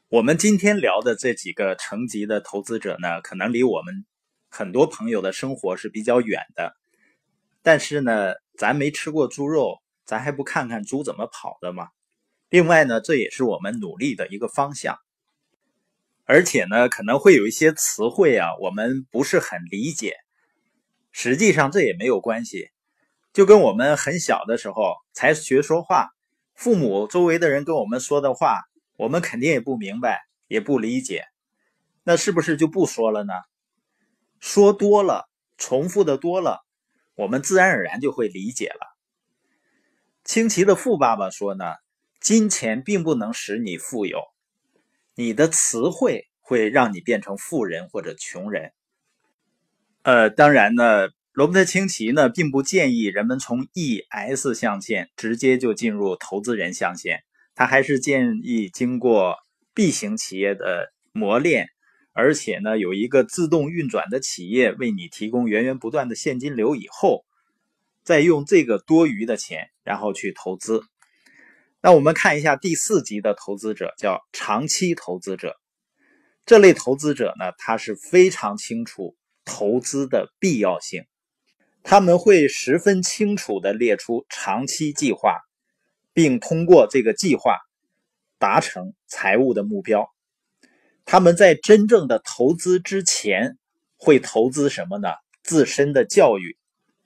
我们今天聊的这几个层级的投资者呢，可能离我们很多朋友的生活是比较远的。但是呢，咱没吃过猪肉，咱还不看看猪怎么跑的吗？另外呢，这也是我们努力的一个方向。而且呢，可能会有一些词汇啊，我们不是很理解。实际上这也没有关系，就跟我们很小的时候才学说话，父母周围的人跟我们说的话，我们肯定也不明白，也不理解，那是不是就不说了呢？说多了，重复的多了，我们自然而然就会理解了。清奇的富爸爸说呢，金钱并不能使你富有，你的词汇会让你变成富人或者穷人。当然呢，罗伯特清崎呢，并不建议人们从 ES 象限直接就进入投资人象限，他还是建议经过 B 型企业的磨练，而且呢，有一个自动运转的企业为你提供源源不断的现金流以后，再用这个多余的钱，然后去投资。那我们看一下第4级的投资者，叫长期投资者。这类投资者呢，他是非常清楚投资的必要性，他们会十分清楚地列出长期计划，并通过这个计划达成财务的目标。他们在真正的投资之前会投资什么呢？自身的教育。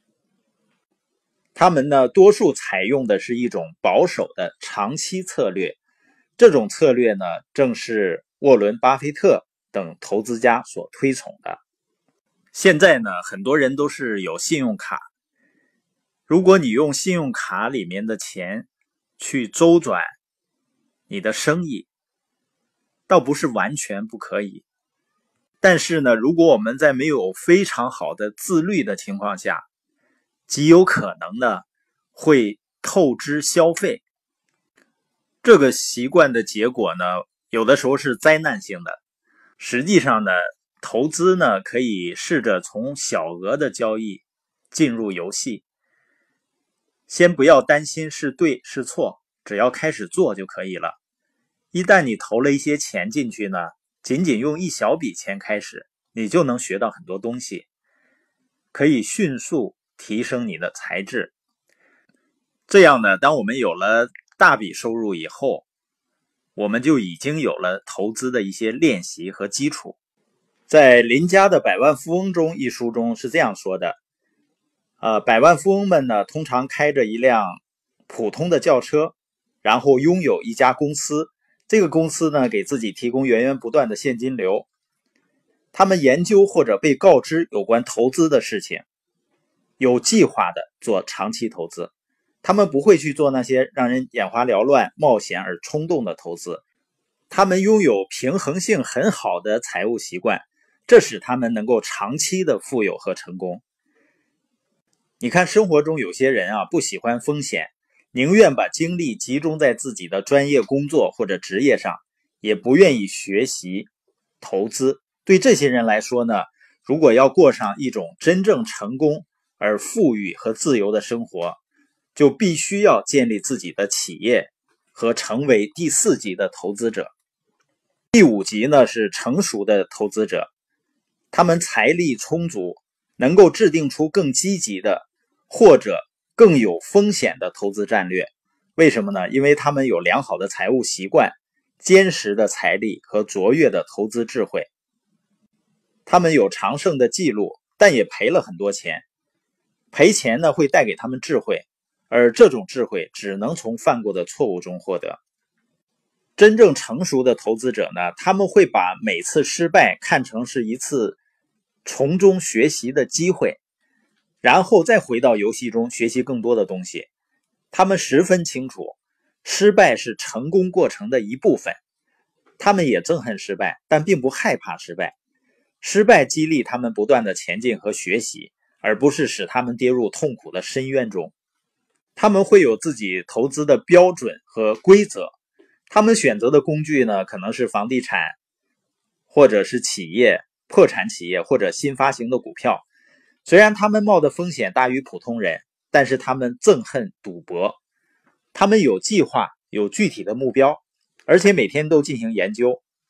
他们呢，多数采用的是一种保守的长期策略，这种策略呢，正是沃伦·巴菲特等投资家所推崇的。现在呢，很多人都是有信用卡，如果你用信用卡里面的钱去周转你的生意，倒不是完全不可以。但是呢，如果我们在没有非常好的自律的情况下，极有可能呢会透支消费。这个习惯的结果呢，有的时候是灾难性的。实际上呢，投资呢可以试着从小额的交易进入游戏。先不要担心是对是错，只要开始做就可以了。一旦你投了一些钱进去呢，仅仅用一小笔钱开始，你就能学到很多东西，可以迅速提升你的才智。这样呢，当我们有了大笔收入以后，我们就已经有了投资的一些练习和基础。在林家的百万富翁中一书中是这样说的，百万富翁们呢，通常开着一辆普通的轿车，然后拥有一家公司，这个公司呢，给自己提供源源不断的现金流。他们研究或者被告知有关投资的事情，有计划的做长期投资。他们不会去做那些让人眼花缭乱、冒险而冲动的投资。他们拥有平衡性很好的财务习惯，这使他们能够长期的富有和成功。你看生活中有些人啊，不喜欢风险，宁愿把精力集中在自己的专业工作或者职业上，也不愿意学习投资。对这些人来说呢，如果要过上一种真正成功而富裕和自由的生活，就必须要建立自己的企业和成为第4级的投资者。第5级呢，是成熟的投资者，他们财力充足，能够制定出更积极的或者更有风险的投资战略。为什么呢？因为他们有良好的财务习惯、坚实的财力和卓越的投资智慧。他们有长胜的记录，但也赔了很多钱。赔钱呢，会带给他们智慧，而这种智慧只能从犯过的错误中获得。真正成熟的投资者呢，他们会把每次失败看成是一次从中学习的机会，然后再回到游戏中学习更多的东西。他们十分清楚，失败是成功过程的一部分。他们也憎恨失败，但并不害怕失败。失败激励他们不断的前进和学习，而不是使他们跌入痛苦的深渊中。他们会有自己投资的标准和规则，他们选择的工具呢，可能是房地产，或者是企业、破产企业或者新发行的股票。虽然他们冒的风险大于普通人，但是他们憎恨赌博。他们有计划，有具体的目标，而且每天都进行研究，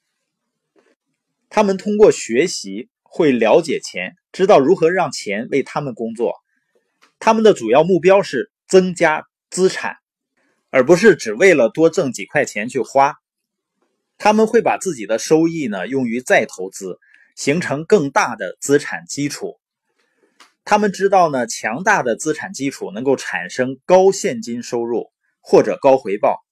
他们通过学习会了解钱，知道如何让钱为他们工作。他们的主要目标是增加资产，而不是只为了多挣几块钱去花。他们会把自己的收益呢用于再投资，形成更大的资产基础。他们知道呢，强大的资产基础能够产生高现金收入或者高回报。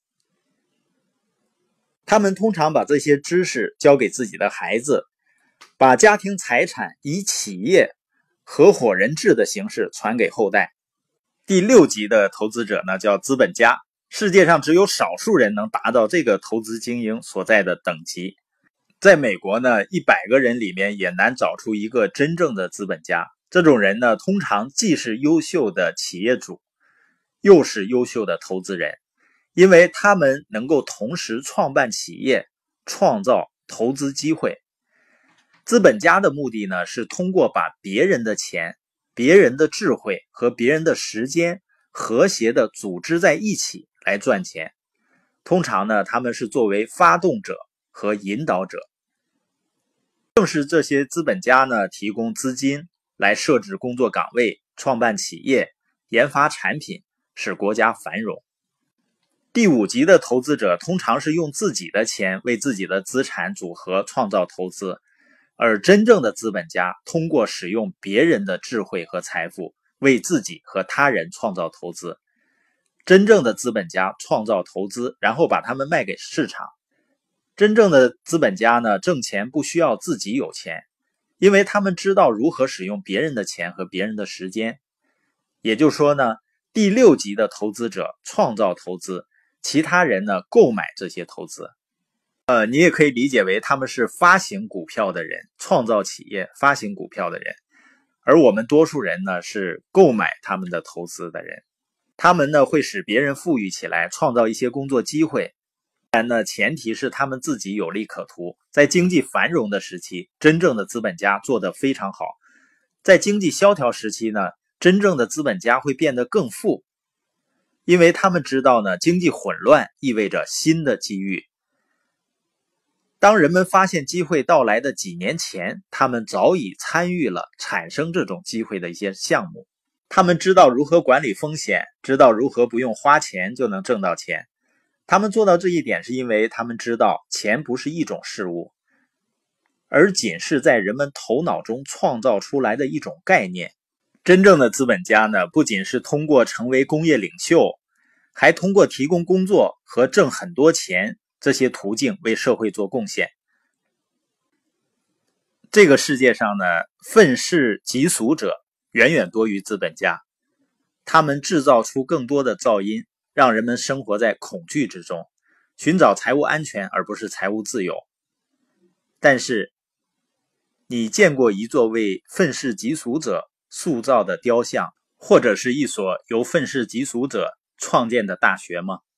他们通常把这些知识交给自己的孩子，把家庭财产以企业合伙人制的形式传给后代。第6级的投资者呢叫资本家，世界上只有少数人能达到这个投资精英所在的等级。在美国呢，100个人里面也难找出一个真正的资本家。这种人呢，通常既是优秀的企业主，又是优秀的投资人，因为他们能够同时创办企业，创造投资机会。资本家的目的呢，是通过把别人的钱、别人的智慧和别人的时间和谐地组织在一起来赚钱。通常呢，他们是作为发动者和引导者。正是这些资本家呢，提供资金来设置工作岗位，创办企业，研发产品，使国家繁荣。第5级的投资者通常是用自己的钱为自己的资产组合创造投资，而真正的资本家通过使用别人的智慧和财富为自己和他人创造投资。真正的资本家创造投资，然后把它们卖给市场。真正的资本家呢，挣钱不需要自己有钱，因为他们知道如何使用别人的钱和别人的时间。也就是说呢，第6级的投资者创造投资，其他人呢购买这些投资。你也可以理解为他们是发行股票的人，创造企业、发行股票的人。而我们多数人呢是购买他们的投资的人。他们呢会使别人富裕起来，创造一些工作机会。当然呢，前提是他们自己有利可图。在经济繁荣的时期，真正的资本家做得非常好。在经济萧条时期呢，真正的资本家会变得更富，因为他们知道呢，经济混乱意味着新的机遇。当人们发现机会到来的几年前，他们早已参与了产生这种机会的一些项目。他们知道如何管理风险，知道如何不用花钱就能挣到钱。他们做到这一点是因为他们知道钱不是一种事物，而仅是在人们头脑中创造出来的一种概念。真正的资本家呢，不仅是通过成为工业领袖，还通过提供工作和挣很多钱这些途径为社会做贡献。这个世界上呢，愤世嫉俗者远远多于资本家，他们制造出更多的噪音，让人们生活在恐惧之中，寻找财务安全而不是财务自由。但是，你见过一座为愤世嫉俗者塑造的雕像，或者是一所由愤世嫉俗者创建的大学吗？